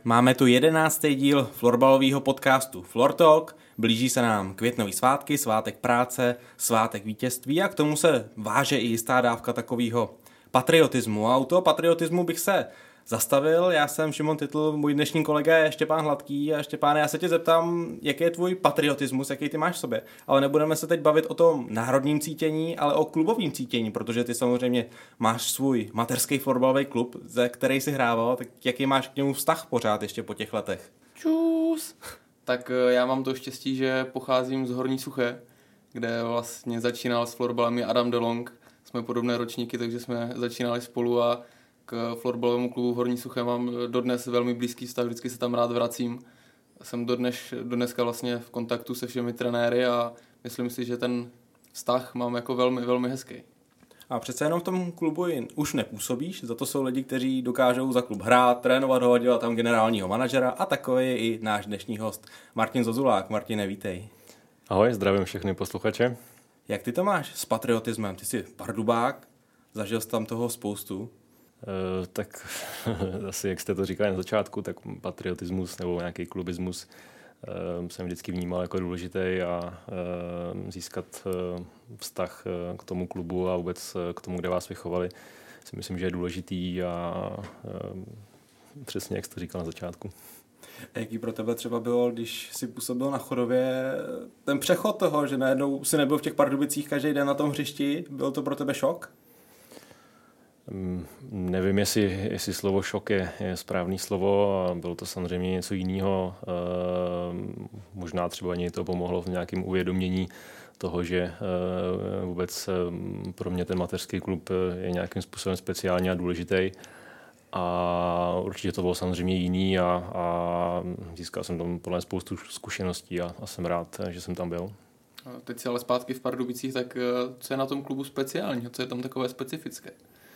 Máme tu 11. díl florbalového podcastu Floor Talk. Blíží se nám květnový svátky, svátek práce, svátek vítězství a k tomu se váže i jistá dávka takového patriotismu. A u toho patriotismu bych se zastavil. Já jsem Šimon Titl, můj dnešní kolega je Štěpán Hladký. A Štěpáne, já se tě zeptám, jaký je tvůj patriotismus, jaký ty máš v sobě. Ale nebudeme se teď bavit o tom národním cítění, ale o klubovém cítění, protože ty samozřejmě máš svůj mateřský florbalový klub, ze který jsi hrával, tak jaký máš k němu vztah pořád ještě po těch letech? Čus! Tak já mám to štěstí, že pocházím z Horní Suché, kde vlastně začínal s florbalem i Adam DeLong. Jsme podobné ročníky, takže jsme začínali spolu a k florbalovému klubu v Horní Suché mám dodnes velmi blízký vztah, vždycky se tam rád vracím. Jsem dneska vlastně v kontaktu se všemi trenéry a myslím si, že ten vztah mám jako velmi, velmi hezký. A přece jenom v tom klubu už nepůsobíš, za to jsou lidi, kteří dokážou za klub hrát, trénovat ho, dělat tam generálního manažera a takový je i náš dnešní host Martin Zozulák. Martine, vítej. Ahoj, zdravím všechny posluchače. Jak ty to máš s patriotismem? Ty jsi pardubák, zažil jsi tam toho spoustu. Tak asi, jak jste to říkali na začátku, tak patriotismus nebo nějaký klubismus jsem vždycky vnímal jako důležitý a získat vztah k tomu klubu a vůbec k tomu, kde vás vychovali, si myslím, že je důležitý a přesně, jak jsi to říkal na začátku. A jaký pro tebe třeba bylo, když jsi působil na Chodově, ten přechod toho, že najednou si nebyl v těch Pardubicích každý den na tom hřišti, byl to pro tebe šok? Nevím, jestli slovo šok je správný slovo a bylo to samozřejmě něco jiného. Možná třeba ani to pomohlo v nějakém uvědomění toho, že vůbec pro mě ten mateřský klub je nějakým způsobem speciální a důležitý. A určitě to bylo samozřejmě jiný a získal jsem tam podle spoustu zkušeností a jsem rád, že jsem tam byl. Teď si ale zpátky v Pardubicích, tak co je na tom klubu speciálního? Co je tam takové specifické?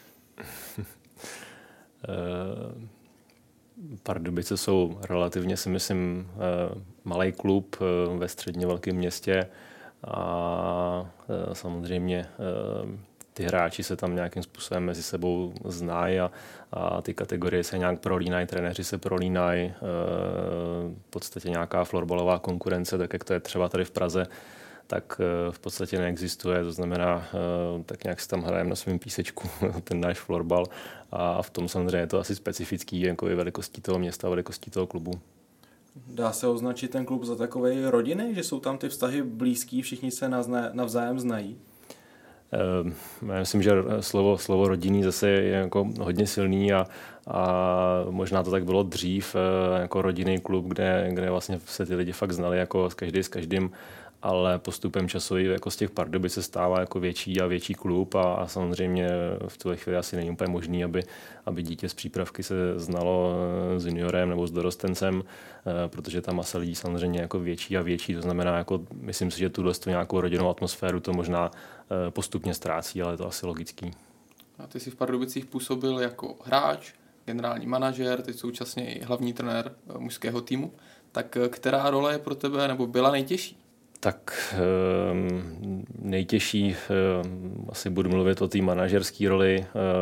Pardubice jsou relativně, si myslím, malý klub ve středně velkém městě a samozřejmě ty hráči se tam nějakým způsobem mezi sebou znají a ty kategorie se nějak prolínají, trenéři se prolínají, v podstatě nějaká florbalová konkurence, tak jak to je třeba tady v Praze, tak v podstatě neexistuje, to znamená, tak nějak si tam hrajeme na svém písečku ten náš florbal a v tom samozřejmě je to asi specifický jako i velikostí toho města, velikostí toho klubu. Dá se označit ten klub za takovej rodiny, že jsou tam ty vztahy blízký, všichni se navzájem znají? Já myslím, že slovo rodinný zase je jako hodně silný a možná to tak bylo dřív jako rodinný klub, kde vlastně se ty lidi fakt znali jako každý s každým, ale postupem času jako z těch Pardubic se stává jako větší a větší klub a samozřejmě v tuhle chvíli asi není úplně možný, aby dítě z přípravky se znalo s juniorem nebo s dorostencem, protože ta masa lidí samozřejmě jako větší a větší, to znamená, jako myslím si, že tuhle nějakou rodinnou atmosféru to možná postupně ztrácí, ale je to asi logický. A ty jsi v Pardubicích působil jako hráč, generální manažer, teď současně i hlavní trenér mužského týmu, tak která role je pro tebe nebo byla nejtěžší? Tak nejtěžší asi budu mluvit o té manažerské roli,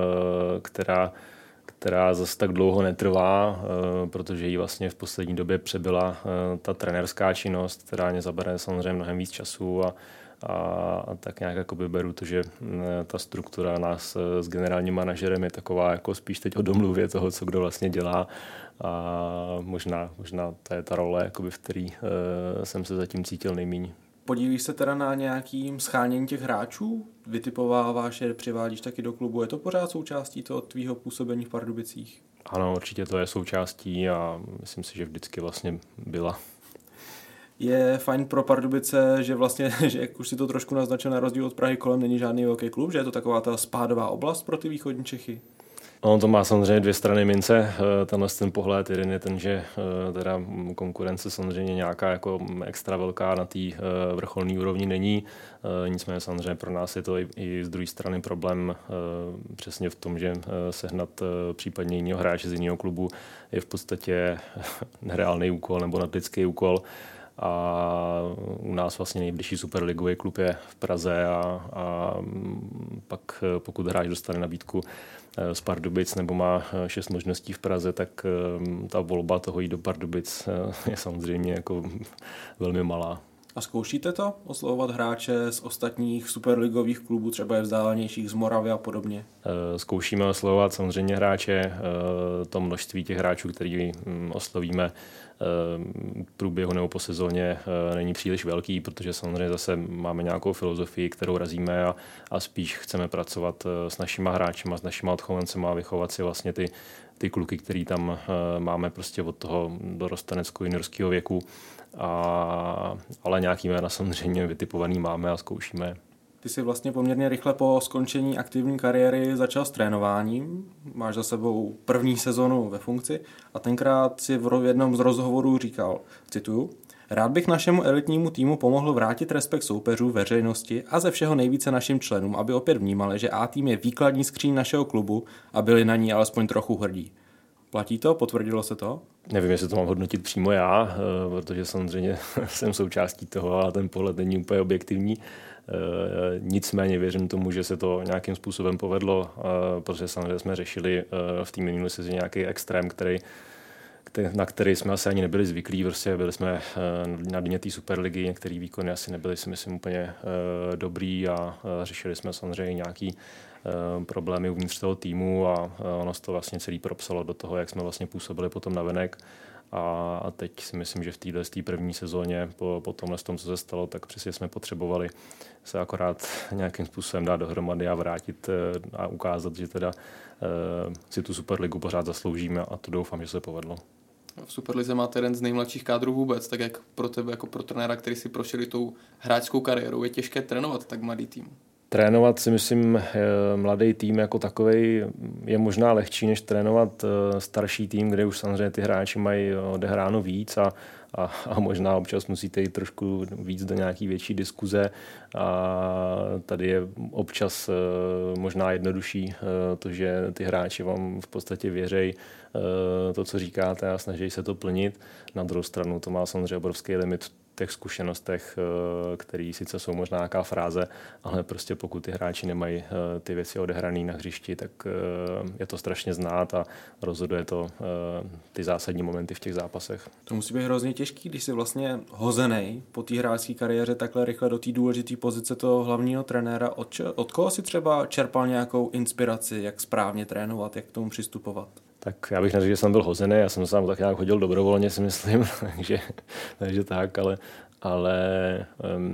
která zase tak dlouho netrvá, protože jí vlastně v poslední době přebyla ta trenérská činnost, která mě zabere samozřejmě mnohem víc času a tak nějak jakoby beru to, že ta struktura nás s generálním manažerem je taková jako spíš teď o domluvě toho, co kdo vlastně dělá a možná to je ta role, jakoby, v který jsem se zatím cítil nejméně. Podílíš se teda na nějakým schánění těch hráčů? Vytipováváš je, přivádíš taky do klubu? Je to pořád součástí toho tvýho působení v Pardubicích? Ano, určitě to je součástí a myslím si, že vždycky vlastně byla. Je fajn pro Pardubice, že vlastně, že jak už si to trošku naznačil, na rozdíl od Prahy kolem není žádný velký klub, že je to taková ta spádová oblast pro ty východní Čechy? On to má samozřejmě dvě strany mince, ten pohled. Jeden je ten, že teda konkurence samozřejmě nějaká jako extra velká na té vrcholné úrovni není. Nicméně samozřejmě pro nás je to i z druhé strany problém přesně v tom, že sehnat případně jiného hráče z jiného klubu je v podstatě nereálný úkol nebo nadlidský úkol. a u nás vlastně nejbližší superligový klub je v Praze a pak pokud hráč dostane nabídku z Pardubic nebo má 6 možností v Praze, tak ta volba toho jít do Pardubic je samozřejmě jako velmi malá. A zkoušíte to? Oslovovat hráče z ostatních superligových klubů, třeba je vzdálenějších z Moravy a podobně? Zkoušíme oslovovat samozřejmě hráče. To množství těch hráčů, který oslovíme v průběhu nebo po sezóně, není příliš velký, protože samozřejmě zase máme nějakou filozofii, kterou razíme a spíš chceme pracovat s našima hráčima, s našima odchovancema a vychovat si vlastně ty kluky, který tam máme prostě od toho dorosteneckého juniorského věku. Ale nějaký jména samozřejmě vytipovaný máme a zkoušíme. Ty jsi vlastně poměrně rychle po skončení aktivní kariéry začal s trénováním. Máš za sebou první sezonu ve funkci a tenkrát si v jednom z rozhovorů říkal, cituju, rád bych našemu elitnímu týmu pomohl vrátit respekt soupeřů, veřejnosti a ze všeho nejvíce našim členům, aby opět vnímali, že A-tým je výkladní skříň našeho klubu a byli na ní alespoň trochu hrdí. Platí to? Potvrdilo se to? Nevím, jestli to mám hodnotit přímo já, protože samozřejmě jsem součástí toho, ale ten pohled není úplně objektivní. Nicméně věřím tomu, že se to nějakým způsobem povedlo, protože samozřejmě jsme řešili v té minulé sezóně nějaký extrém, na který jsme asi ani nebyli zvyklí. Prostě byli jsme na dně té Superligy, některé výkony asi nebyly, si myslím, úplně dobrý a řešili jsme samozřejmě nějaký problémy uvnitř toho týmu a ono se to vlastně celý propsalo do toho, jak jsme vlastně působili potom navenek. A teď si myslím, že v této první sezóně po tomhle tom, co se stalo, tak přesně jsme potřebovali se akorát nějakým způsobem dát dohromady a vrátit a ukázat, že teda si tu Superligu pořád zasloužíme a to doufám, že se povedlo. V Superlize máte jeden z nejmladších kádrů vůbec, tak jak pro tebe jako pro trenéra, který si prošel i tou hráčskou kariérou, je těžké trénovat tak mladý tým? Trénovat si myslím mladý tým jako takovej je možná lehčí, než trénovat starší tým, kde už samozřejmě ty hráči mají odehráno víc a možná občas musíte jít trošku víc do nějaký větší diskuze a tady je občas možná jednodušší to, že ty hráči vám v podstatě věří to, co říkáte a snaží se to plnit. Na druhou stranu to má samozřejmě obrovský limit v těch zkušenostech, které sice jsou možná nějaká fráze, ale prostě pokud ty hráči nemají ty věci odehrané na hřišti, tak je to strašně znát a rozhoduje to ty zásadní momenty v těch zápasech. To musí být hrozně těžký, když jsi vlastně hozenej po té hráčské kariéře takhle rychle do té důležité pozice toho hlavního trenéra. Od koho si třeba čerpal nějakou inspiraci, jak správně trénovat, jak k tomu přistupovat? Tak já bych neřekl, že jsem byl hozený, já jsem sám tak nějak hodil dobrovolně, si myslím, takže tak, ale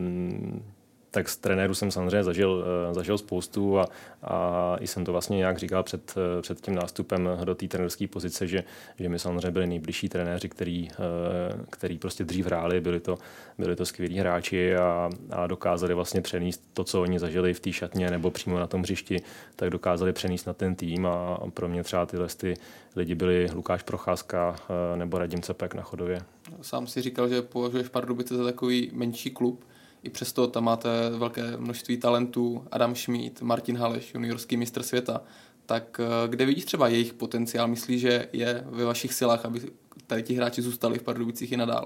tak z trenéru jsem samozřejmě zažil spoustu a i jsem to vlastně nějak říkal před tím nástupem do té trenérské pozice, že my samozřejmě byli nejbližší trenéři, který prostě dřív hráli, byli to skvělí hráči a dokázali vlastně přenést to, co oni zažili v té šatně nebo přímo na tom hřišti, tak dokázali přenést na ten tým a pro mě třeba tyhle lidi byli Lukáš Procházka nebo Radim Cepek na Chodově. Sám si říkal, že považuješ Pardubice za takový menší klub. I přesto tam máte velké množství talentů, Adam Šmíd, Martin Haleš, juniorský mistr světa. Tak kde vidíš třeba jejich potenciál? Myslíš, že je ve vašich silách, aby tady ti hráči zůstali v Pardubicích i nadále?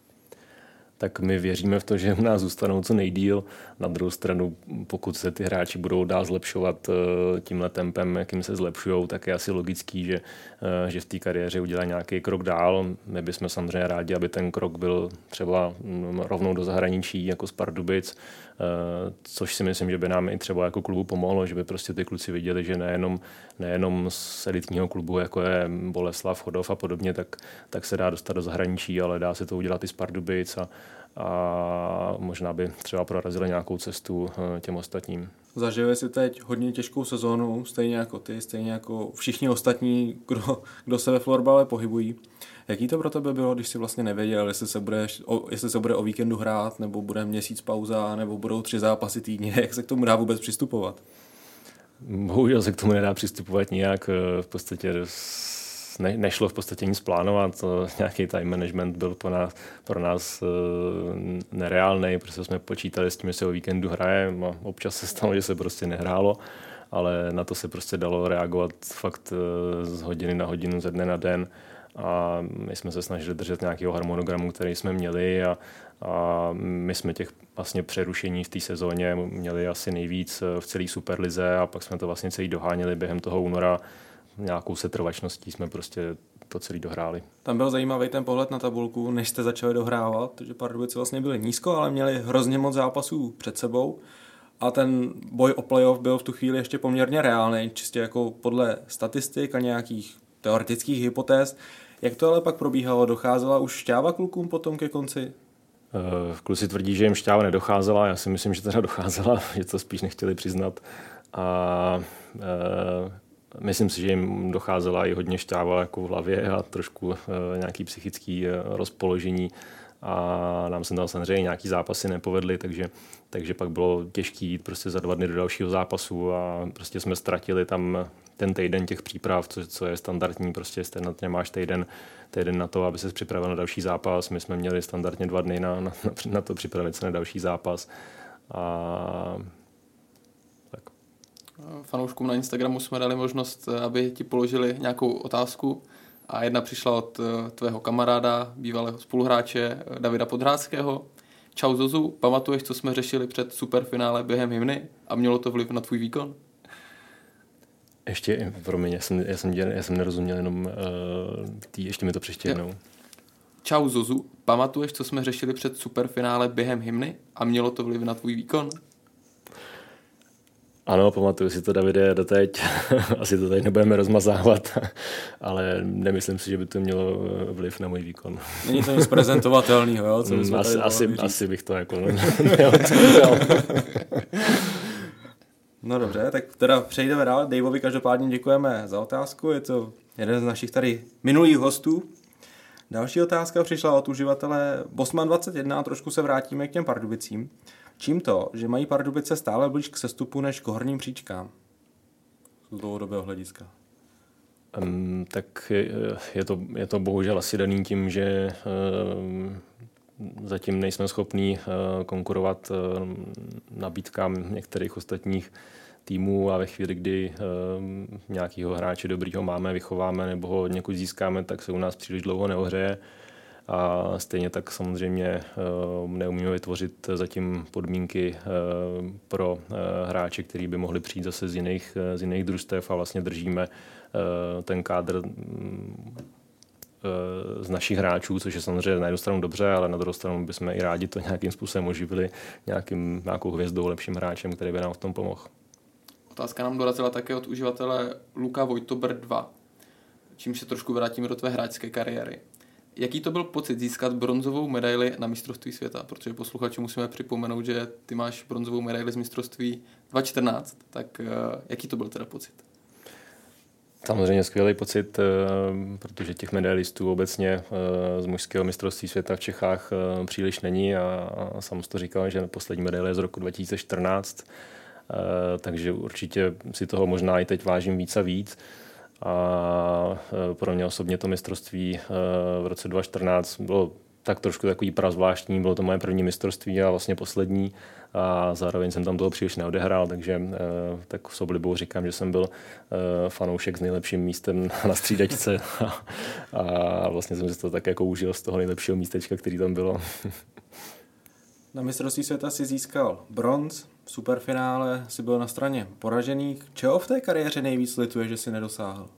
Tak my věříme v to, že u nás zůstanou co nejdýl. Na druhou stranu, pokud se ty hráči budou dál zlepšovat tímhle tempem, jakým se zlepšujou, tak je asi logický, že v té kariéře udělají nějaký krok dál. My bychom samozřejmě rádi, aby ten krok byl třeba rovnou do zahraničí, jako z Pardubic, což si myslím, že by nám i třeba jako klubu pomohlo, že by prostě ty kluci viděli, že nejenom z elitního klubu, jako je Boleslav, Chodov a podobně, tak se dá dostat do zahraničí, ale dá se to udělat i z Pardubic a možná by třeba prorazili nějakou cestu těm ostatním. Zažili si teď hodně těžkou sezónu, stejně jako ty, stejně jako všichni ostatní, kdo se ve florbale pohybují. Jaký to pro tebe bylo, když jsi vlastně nevěděl, jestli se bude o víkendu hrát, nebo bude měsíc pauza, nebo budou 3 zápasy týdně? Jak se k tomu dá vůbec přistupovat? Bohužel se k tomu nedá přistupovat nijak. V podstatě nešlo v podstatě nic plánovat. Nějaký time management byl pro nás nereálný, protože jsme počítali s tím, že se o víkendu hraje a občas se stalo, že se prostě nehrálo, ale na to se prostě dalo reagovat fakt z hodiny na hodinu, ze dne na den a my jsme se snažili držet nějakého harmonogramu, který jsme měli a my jsme těch vlastně přerušení v té sezóně měli asi nejvíc v celé Superlize a pak jsme to vlastně celý doháněli během toho února. Nějakou setrvačností jsme prostě to celý dohráli. Tam byl zajímavý ten pohled na tabulku, než jste začali dohrávat, protože Pardubice vlastně byly nízko, ale měli hrozně moc zápasů před sebou a ten boj o playoff byl v tu chvíli ještě poměrně reálný, čistě jako podle statistik a nějakých teoretických hypotéz. Jak to ale pak probíhalo? Docházela už šťáva klukům potom ke konci? Kluci tvrdí, že jim šťáva nedocházela, já si myslím, že teda docházela, že to spíš nechtěli přiznat. A myslím si, že jim docházela i hodně šťáva jako v hlavě a trošku nějaký psychický rozpoložení a nám se tam samozřejmě nějaký zápasy nepovedly, takže pak bylo těžké jít prostě za 2 dny do dalšího zápasu a prostě jsme ztratili tam ten týden těch příprav, co je standardní, prostě máš týden na to, aby se připravil na další zápas. My jsme měli standardně 2 dny na to připravit se na další zápas. A tak. Fanouškům na Instagramu jsme dali možnost, aby ti položili nějakou otázku a jedna přišla od tvého kamaráda, bývalého spoluhráče Davida Podhráckého. Čau Zozu, pamatuješ, co jsme řešili před superfinále během hymny a mělo to vliv na tvůj výkon? Ještě, promiň, já jsem nerozuměl, jenom ještě mi to přečti jednou. Čau Zozu, pamatuješ, co jsme řešili před superfinále během hymny a mělo to vliv na tvůj výkon? Ano, pamatuju si to, Davide, doteď. Asi to tady nebudeme rozmazávat, ale nemyslím si, že by to mělo vliv na můj výkon. Není to nic prezentovatelného, jo? Asi bych to jako neodpověděl. No dobře, tak teda přejdeme dál. Daveovi každopádně děkujeme za otázku, je to jeden z našich tady minulých hostů. Další otázka přišla od uživatele Bosman21, trošku se vrátíme k těm Pardubicím. Čím to, že mají Pardubice stále blíž k sestupu než k horním příčkám? Z dlouhodobého hlediska. Tak je to bohužel asi daný tím, že zatím nejsme schopní konkurovat nabídkám některých ostatních týmů a ve chvíli, kdy nějakého hráče dobrýho máme, vychováme nebo ho někud získáme, tak se u nás příliš dlouho neohřeje. A stejně tak samozřejmě neumíme vytvořit zatím podmínky pro hráče, kteří by mohli přijít zase z jiných družstev a vlastně držíme ten kádr z našich hráčů, což je samozřejmě na jednu stranu dobře, ale na druhou stranu bychom i rádi to nějakým způsobem oživili nějakou hvězdou, lepším hráčem, který by nám v tom pomohl. Otázka nám dorazila také od uživatele Luka Vojtober 2, čímž se trošku vrátíme do tvé hráčské kariéry. Jaký to byl pocit získat bronzovou medaili na mistrovství světa? Protože posluchači musíme připomenout, že ty máš bronzovou medaili z mistrovství 2014, tak jaký to byl teda pocit? Samozřejmě skvělý pocit, protože těch medailistů obecně z mužského mistrovství světa v Čechách příliš není a sám to říkal, že poslední medaile je z roku 2014, takže určitě si toho možná i teď vážím víc a víc. A pro mě osobně to mistrovství v roce 2014 bylo tak trošku takový prazvláštní, bylo to moje první mistrovství a vlastně poslední a zároveň jsem tam toho příliš neodehrál, takže tak s oblibou říkám, že jsem byl fanoušek s nejlepším místem na střídačce a vlastně jsem si to tak jako užil z toho nejlepšího místečka, který tam bylo. Na mistrovství světa si získal bronz, v superfinále si byl na straně poražených. Čeho v té kariéře nejvíc lituje, že si nedosáhl?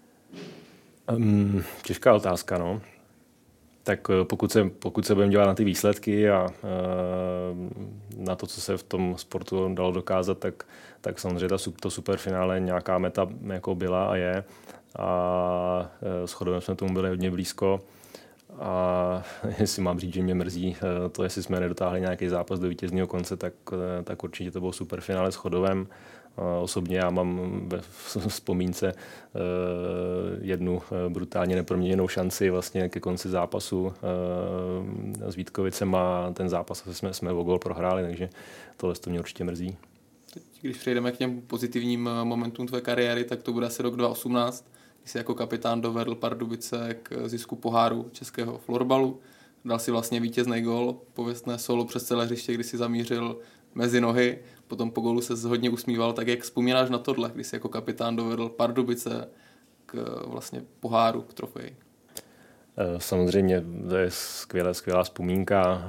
Těžká otázka, no. Tak pokud se budeme dělat na ty výsledky a na to, co se v tom sportu dalo dokázat, tak samozřejmě to superfinále nějaká meta jako byla a je. A shodou jsme tomu byli hodně blízko. A jestli mám říct, že mě mrzí to, jestli jsme nedotáhli nějaký zápas do vítězného konce, tak určitě to bylo superfinále s Chodovem. Osobně já mám ve vzpomínce jednu brutálně neproměněnou šanci vlastně ke konci zápasu s Vítkovicem a ten zápas jsme o gól prohráli, takže tohle to mě určitě mrzí. Teď, když přejdeme k těm pozitivním momentům tvé kariéry, tak to bude asi rok 2018, kdy jsi jako kapitán dovedl Pardubice k zisku poháru českého florbalu. Dal si vlastně vítězný gól, pověstné solo přes celé hřiště, kdy si zamířil mezi nohy, potom po gólu se hodně usmíval. Tak jak vzpomínáš na tohle, kdy jsi jako kapitán dovedl Pardubice k vlastně poháru, k trofeji? Samozřejmě to je skvělá vzpomínka.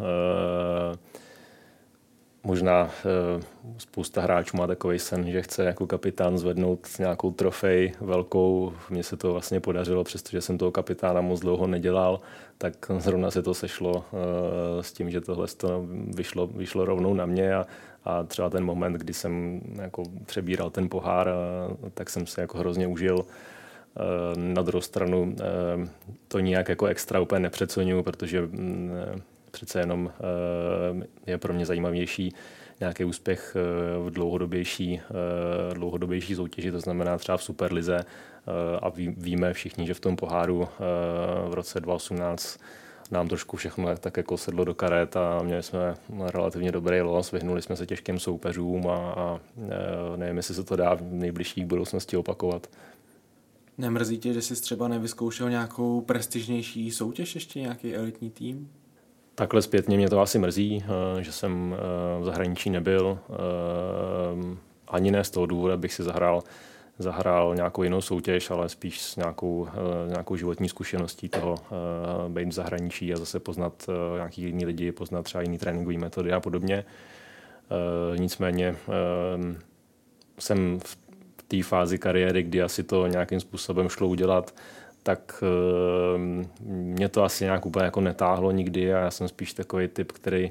Možná spousta hráčů má takový sen, že chce jako kapitán zvednout nějakou trofej velkou. Mně se to vlastně podařilo, přestože jsem toho kapitána moc dlouho nedělal, tak zrovna se to sešlo s tím, že tohle vyšlo rovnou na mě a třeba ten moment, kdy jsem jako přebíral ten pohár, tak jsem se jako hrozně užil. Na druhou stranu to nijak jako extra úplně nepřeceňuju, protože přece jenom je pro mě zajímavější nějaký úspěch v dlouhodobější soutěži, to znamená třeba v Superlize. A víme všichni, že v tom poháru v roce 2018 nám trošku všechno tak jako sedlo do karet a měli jsme relativně dobrý los, vyhnuli jsme se těžkým soupeřům a nevím, jestli se to dá v nejbližší budoucnosti opakovat. Nemrzí tě, že jsi třeba nevyzkoušel nějakou prestižnější soutěž, ještě nějaký elitní tým? Takhle zpětně mě to asi mrzí, že jsem v zahraničí nebyl. Ani ne z toho důvodu, abych si zahrál nějakou jinou soutěž, ale spíš s nějakou životní zkušeností toho být v zahraničí a zase poznat nějaký jiný lidi, poznat třeba jiný tréninkové metody a podobně. Nicméně jsem v té fázi kariéry, kdy asi to nějakým způsobem šlo udělat, tak mě to asi nějak úplně jako netáhlo nikdy a já jsem spíš takový typ, který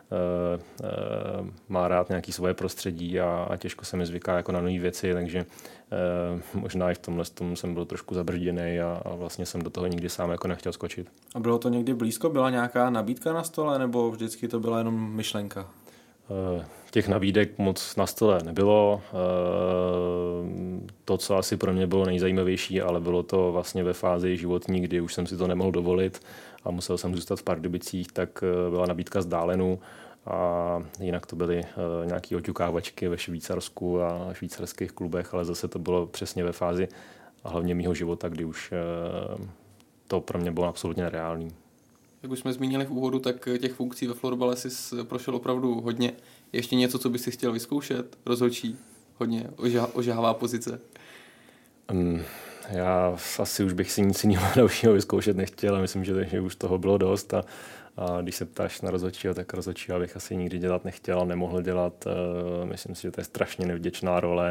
má rád nějaké svoje prostředí a těžko se mi zvyká jako na nové věci, takže možná i v tomhle jsem byl trošku zabrzděnej a vlastně jsem do toho nikdy sám jako nechtěl skočit. A bylo to někdy blízko? Byla nějaká nabídka na stole nebo vždycky to byla jenom myšlenka? Těch nabídek moc na stole nebylo. To, co asi pro mě bylo nejzajímavější, ale bylo to vlastně ve fázi životní, kdy už jsem si to nemohl dovolit a musel jsem zůstat v Pardubicích, tak byla nabídka z Dálenu a jinak to byly nějaké oťukávačky ve Švýcarsku a švýcarských klubech, ale zase to bylo přesně ve fázi a hlavně mýho života, kdy už to pro mě bylo absolutně nereálný. Jak už jsme zmínili v úvodu, tak těch funkcí ve florbale jsi prošel opravdu hodně. Ještě něco, co bys si chtěl vyzkoušet? Rozhodčí, hodně ožahavá pozice. Já asi už bych si nic jiného dalšího vyzkoušet nechtěl a myslím, že už toho bylo dost a když se ptáš na rozhodčího, tak rozhodčího bych asi nikdy dělat nechtěl a nemohl dělat. Myslím si, že to je strašně nevděčná role,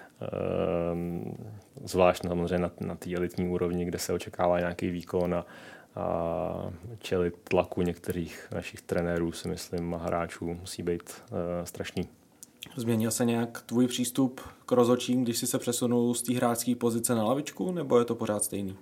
zvlášť samozřejmě na té elitní úrovni, kde se očekává nějaký výkon a čelit tlaku některých našich trenérů, si myslím, a hráčů musí být strašný. Změnil se nějak tvůj přístup k rozhodčím, když jsi se přesunul z té hráčské pozice na lavičku, nebo je to pořád stejný?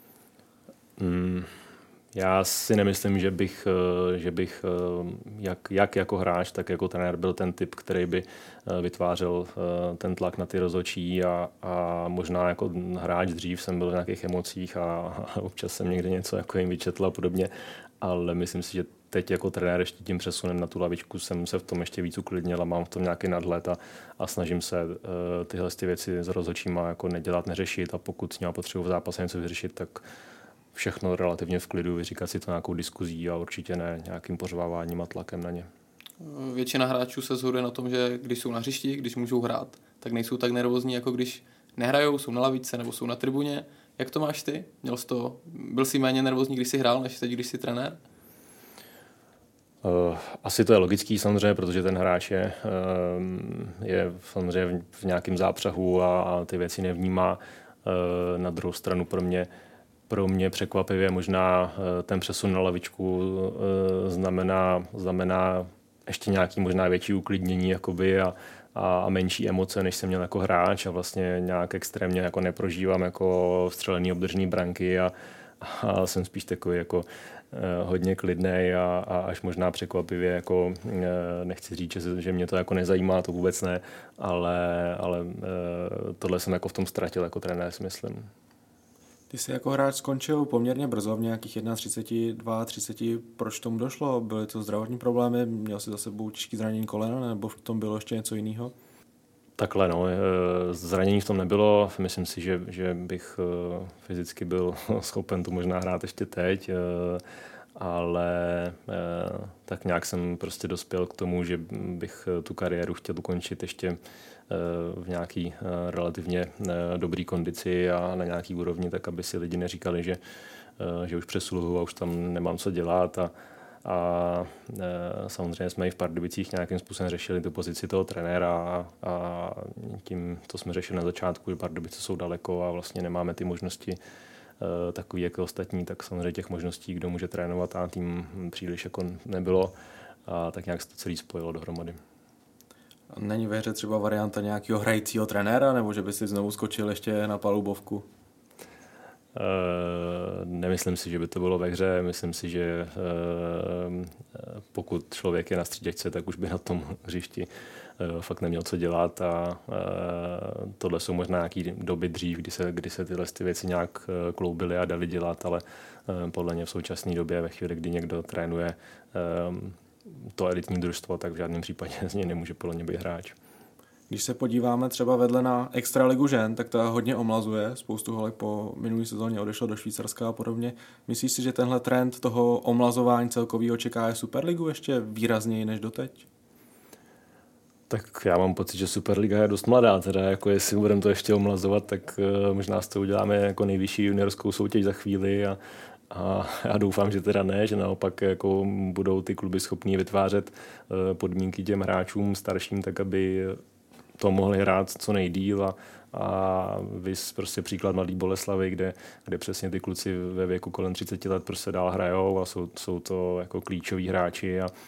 Já si nemyslím, že bych jak jako hráč, tak jako trenér byl ten typ, který by vytvářel ten tlak na ty rozhodčí a možná jako hráč dřív jsem byl v nějakých emocích a občas jsem někde něco jako jim vyčetl a podobně, ale myslím si, že teď jako trenér ještě tím přesunem na tu lavičku jsem se v tom ještě víc uklidnil a mám v tom nějaký nadhled a snažím se tyhle věci s rozhodčíma jako nedělat, neřešit a pokud s ním potřebuji v zápase něco vyřešit, tak všechno relativně v klidu, vyříkat si to nějakou diskuzí a určitě ne nějakým pořváváním a tlakem na ně. Většina hráčů se shoduje na tom, že když jsou na hřišti, když můžou hrát, tak nejsou tak nervózní, jako když nehrajou, jsou na lavičce nebo jsou na tribuně. Jak to máš ty? Byl jsi méně nervózní, když jsi hrál, než teď, když jsi trenér? Asi to je logický samozřejmě, protože ten hráč je samozřejmě v nějakém zápřahu a ty věci nevnímá. Na druhou stranu pro mě překvapivě možná ten přesun na lavičku znamená ještě nějaký možná větší uklidnění jakoby a menší emoce, než jsem měl jako hráč a vlastně nějak extrémně jako neprožívám jako vstřelený obdržený branky a jsem spíš takový jako hodně klidnej a až možná překvapivě jako nechci říct, že mě to jako nezajímá, to vůbec ne, ale tohle jsem jako v tom ztratil jako trenér, si myslím. Ty jsi jako hráč skončil poměrně brzo, v nějakých 31, 32. Proč tomu došlo? Byly to zdravotní problémy? Měl jsi za sebou těžké zranění kolena? Nebo v tom bylo ještě něco jiného? Takhle, zranění v tom nebylo. Myslím si, že bych fyzicky byl schopen to možná hrát ještě teď, ale tak nějak jsem prostě dospěl k tomu, že bych tu kariéru chtěl ukončit ještě v nějaký relativně dobrý kondici a na nějaký úrovni, tak aby si lidi neříkali, že už přesluhu a už tam nemám co dělat a samozřejmě jsme i v Pardubicích nějakým způsobem řešili tu pozici toho trenéra a tím to jsme řešili na začátku, že Pardubice jsou daleko a vlastně nemáme ty možnosti takový jako ostatní, tak samozřejmě těch možností, kdo může trénovat a tým příliš jako nebylo a tak nějak se to celý spojilo dohromady. Není ve hře třeba varianta nějakého hrajícího trenéra, nebo že by si znovu skočil ještě na palubovku? Nemyslím si, že by to bylo ve hře. Myslím si, že pokud člověk je na střídačce, tak už by na tom hřišti fakt neměl co dělat a tohle jsou možná nějaký doby dřív, kdy se tyhle ty věci nějak kloubily a dali dělat, ale podle mě v současné době, ve chvíli, kdy někdo trénuje to elitní družstvo, tak v žádném případě z něj nemůže podle mě být hráč. Když se podíváme třeba vedle na extraligu žen, tak ta hodně omlazuje. Spoustu holek po minulý sezóně odešlo do Švýcarska a podobně. Myslíš si, že tenhle trend toho omlazování celkovýho čeká Superligu ještě výrazněji než doteď? Tak já mám pocit, že Superliga je dost mladá, teda jako jestli budeme to ještě omlazovat, tak možná z toho uděláme jako nejvyšší juniorskou soutěž za chvíli a já doufám, že teda ne, že naopak jako budou ty kluby schopní vytvářet podmínky těm hráčům starším, tak aby to mohli hrát co nejdýl a vys prostě příklad Mladý Boleslavy, kde přesně ty kluci ve věku kolem 30 let prostě dál hrajou a jsou to jako klíčoví hráči a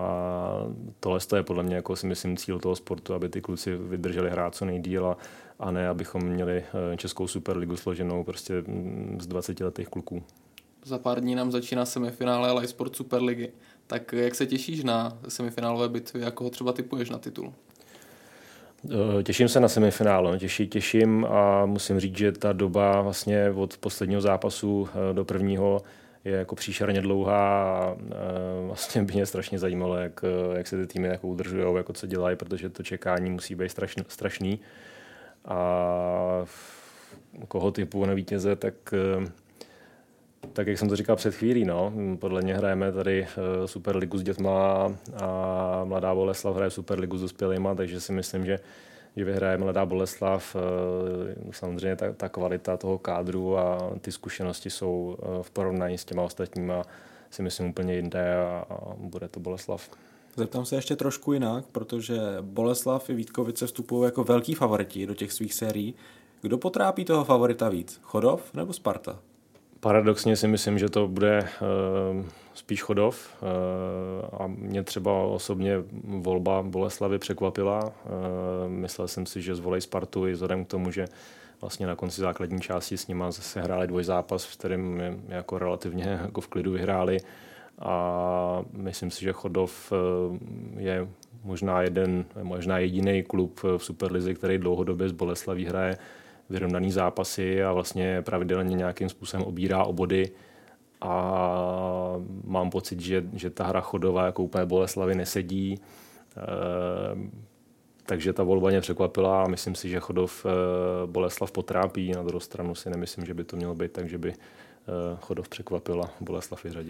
tohle je podle mě jako si myslím cíl toho sportu, aby ty kluci vydrželi hrát co nejdýl a ne abychom měli českou Superligu složenou prostě z 20letých kluků. Za pár dní nám začíná semifinále Live Sport Superligy. Tak jak se těšíš na semifinálové bitvy, jako ho třeba tipuješ na titul? Těším se na semifinále, těším a musím říct, že ta doba vlastně od posledního zápasu do prvního je jako příšerně dlouhá a vlastně by mě strašně zajímalo, jak se ty týmy jako udržujou, jako co dělají, protože to čekání musí být strašný. A koho typu na vítěze, tak jak jsem to říkal před chvílí, no. Podle mě hrajeme tady Superligu s dětma a Mladá Boleslav hraje Superligu s dospělýma, takže si myslím, že vyhraje Mladá Boleslav. Samozřejmě ta kvalita toho kádru a ty zkušenosti jsou v porovnání s těma ostatníma si myslím úplně jinde a bude to Boleslav. Zeptám se ještě trošku jinak, protože Boleslav i Vítkovice vstupují jako velký favoriti do těch svých sérií. Kdo potrápí toho favorita víc? Chodov nebo Sparta? Paradoxně si myslím, že to bude spíš Chodov a mě třeba osobně volba Boleslavy překvapila. Myslel jsem si, že zvolej Spartu i vzhledem k tomu, že vlastně na konci základní části s nima zase hráli dvojzápas, v kterém jako relativně jako v klidu vyhráli a myslím si, že Chodov je možná jediný klub v Superlize, který dlouhodobě z Boleslaví hraje vyrovnaný zápasy a vlastně pravidelně nějakým způsobem obírá o body a mám pocit, že ta hra Chodova jako úplně Boleslavy nesedí, takže ta volba mě překvapila a myslím si, že Chodov Boleslav potrápí. Na druhou stranu si nemyslím, že by to mělo být tak, že by Chodov překvapila, Boleslav vyřadil.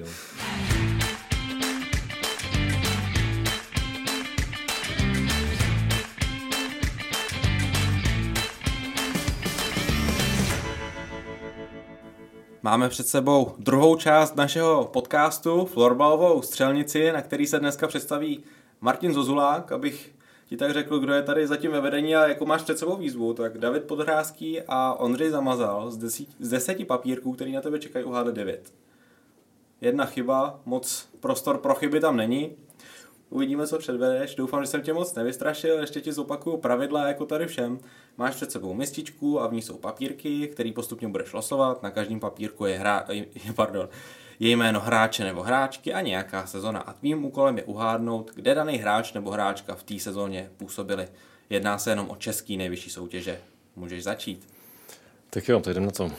Máme před sebou druhou část našeho podcastu, florbalovou střelnici, na který se dneska představí Martin Zozulák, abych ti tak řekl, kdo je tady zatím ve vedení a jako máš před sebou výzvu, tak David Podhrázký a Ondřej Zamazal z 10 papírků, který na tebe čekají, uhádat 9. Jedna chyba, moc prostor pro chyby tam není. Uvidíme, co předvedeš. Doufám, že jsem tě moc nevystrašil. Ještě ti zopakuju pravidla, jako tady všem. Máš před sebou mističku a v ní jsou papírky, který postupně budeš losovat. Na každém papírku je jméno hráče nebo hráčky a nějaká sezona. A tvým úkolem je uhádnout, kde daný hráč nebo hráčka v té sezóně působili. Jedná se jenom o český nejvyšší soutěže. Můžeš začít. Tak jo, to jdem na to.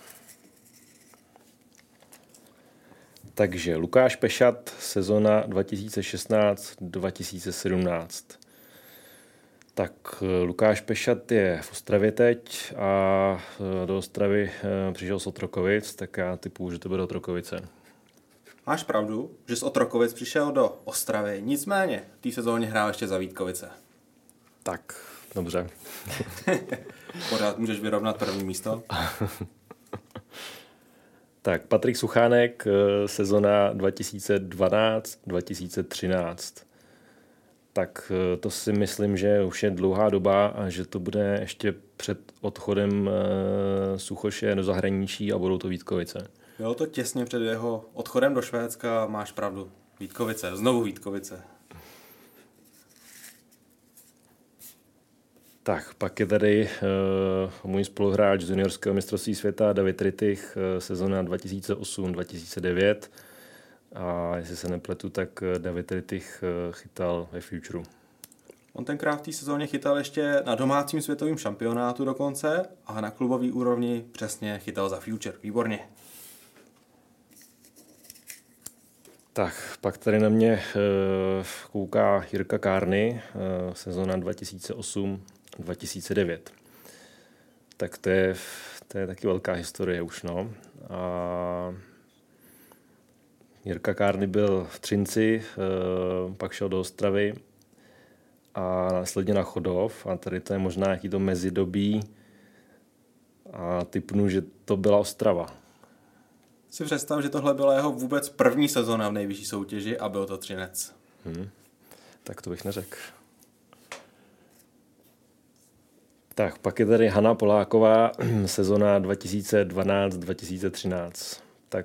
Takže Lukáš Pešat, sezona 2016-2017. Tak Lukáš Pešat je v Ostravě teď a do Ostravy přišel z Otrokovic, tak já typuju, že to bude Otrokovice. Máš pravdu, že z Otrokovic přišel do Ostravy, nicméně v té sezóně hrál ještě za Vítkovice. Tak, dobře. Pořád můžeš vyrovnat první místo. Tak, Patrik Suchánek, sezona 2012-2013. Tak to si myslím, že už je dlouhá doba a že to bude ještě před odchodem Suchoše do zahraničí a budou to Vítkovice. Bylo to těsně před jeho odchodem do Švédska, máš pravdu. Vítkovice, znovu Vítkovice. Tak, pak je tady můj spoluhráč z juniorského mistrovství světa David Rittich, sezona 2008-2009. A jestli se nepletu, tak David Rittich chytal ve Futureu. On tenkrát v té sezóně chytal ještě na domácím světovém šampionátu dokonce a na klubové úrovni přesně chytal za Future. Výborně. Tak, pak tady na mě kouká Jirka Kárny, sezona 2008-2009. Tak to je taky velká historie už, no. A Jirka Kárny byl v Třinci, pak šel do Ostravy a následně na Chodov. A tady to je možná jaký to mezidobí a tipnu, že to byla Ostrava. Si představ, že tohle byla jeho vůbec první sezona v nejvyšší soutěži a byl to Třinec. Tak to bych neřekl. Tak, pak je tady Hana Poláková, sezona 2012-2013. Tak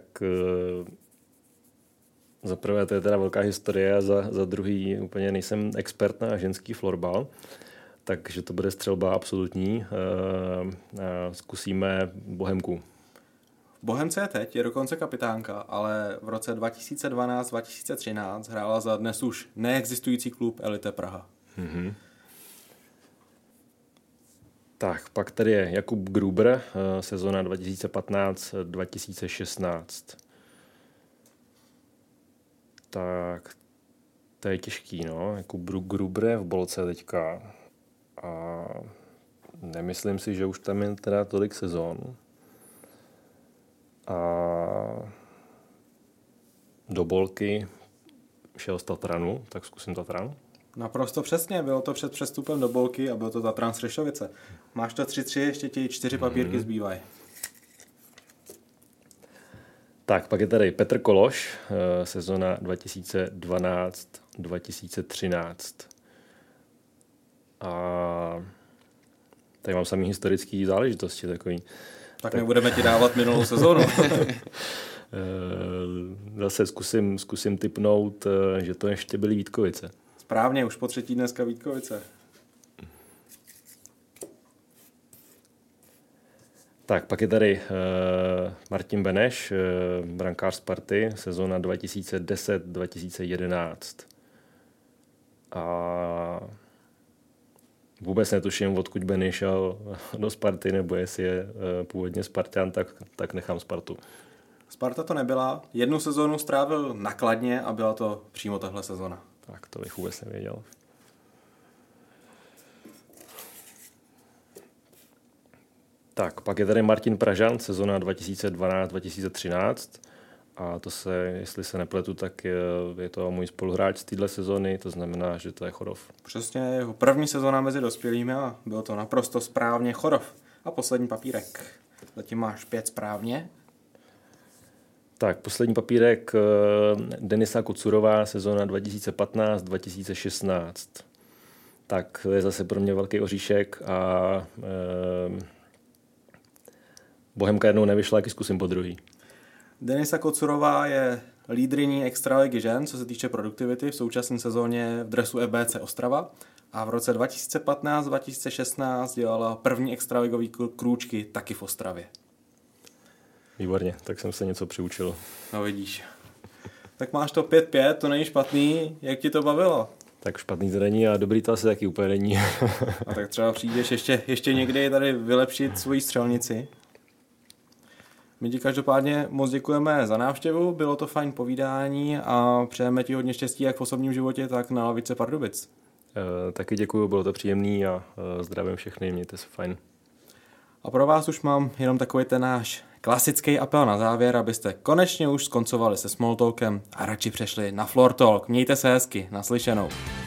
za prvé to je teda velká historie a za druhý úplně nejsem expert na ženský florbal, takže to bude střelba absolutní. Zkusíme Bohemku. Bohemce je teď, je dokonce kapitánka, ale v roce 2012-2013 hrála za dnes už neexistující klub Elite Praha. Mm-hmm. Tak, pak tady je Jakub Gruber, sezona 2015-2016. Tak, to je těžký, no. Jakub Gruber je v Bolce teďka. A nemyslím si, že už tam je teda tolik sezon. A do Bolky šel z Tatranu, tak zkusím Tatran. Naprosto přesně, bylo to před přestupem do Bolky a bylo to Tatran Střešovice. Máš to 3-3, ještě ti 4 papírky zbývají. Tak, pak je tady Petr Kološ, sezona 2012-2013. A tady mám samý historický záležitosti takový. Tak nebudeme ti dávat minulou sezónu. Zase zkusím tipnout, že to ještě byly Vítkovice. Správně, už po třetí dneska Vítkovice. Tak, pak je tady Martin Beneš, brankář Sparty, sezóna 2010-2011. A vůbec netuším, odkud Beneš šel do Sparty, nebo jestli je původně Spartan, tak nechám Spartu. Sparta to nebyla. Jednu sezónu strávil na Kladně a byla to přímo tahle sezona. Tak to bych vůbec nevěděl. Tak, pak je tady Martin Pražan, sezona 2012-2013. A to se, jestli se nepletu, tak je to můj spoluhráč z téhle sezony, to znamená, že to je Chodov. Přesně, jeho první sezona mezi dospělými a bylo to naprosto správně Chodov. A poslední papírek. Zatím máš 5 správně. Tak, poslední papírek Denisa Kocurová, sezona 2015-2016. Tak, to je zase pro mě velký oříšek a Bohemka jednou nevyšla, jak zkusím po druhý. Denisa Kocurová je lídryní extraligy žen, co se týče produktivity v současné sezóně v dresu FBC Ostrava a v roce 2015-2016 dělala první extraligový krůčky taky v Ostravě. Výborně, tak jsem se něco přiučil. No vidíš. Tak máš to 5-5, to není špatný. Jak ti to bavilo? Tak špatný to není a dobrý to asi taky úplně není. A tak třeba přijdeš ještě někdy tady vylepšit svoji střelnici. My ti každopádně moc děkujeme za návštěvu, bylo to fajn povídání a přejeme ti hodně štěstí jak v osobním životě, tak na lavice Pardubic. Taky děkuju, bylo to příjemný a zdravím všechny, mějte se fajn. A pro vás už mám jenom takový ten náš klasický apel na závěr, abyste konečně už skoncovali se small talkem a radši přešli na floor talk. Mějte se hezky, naslyšenou.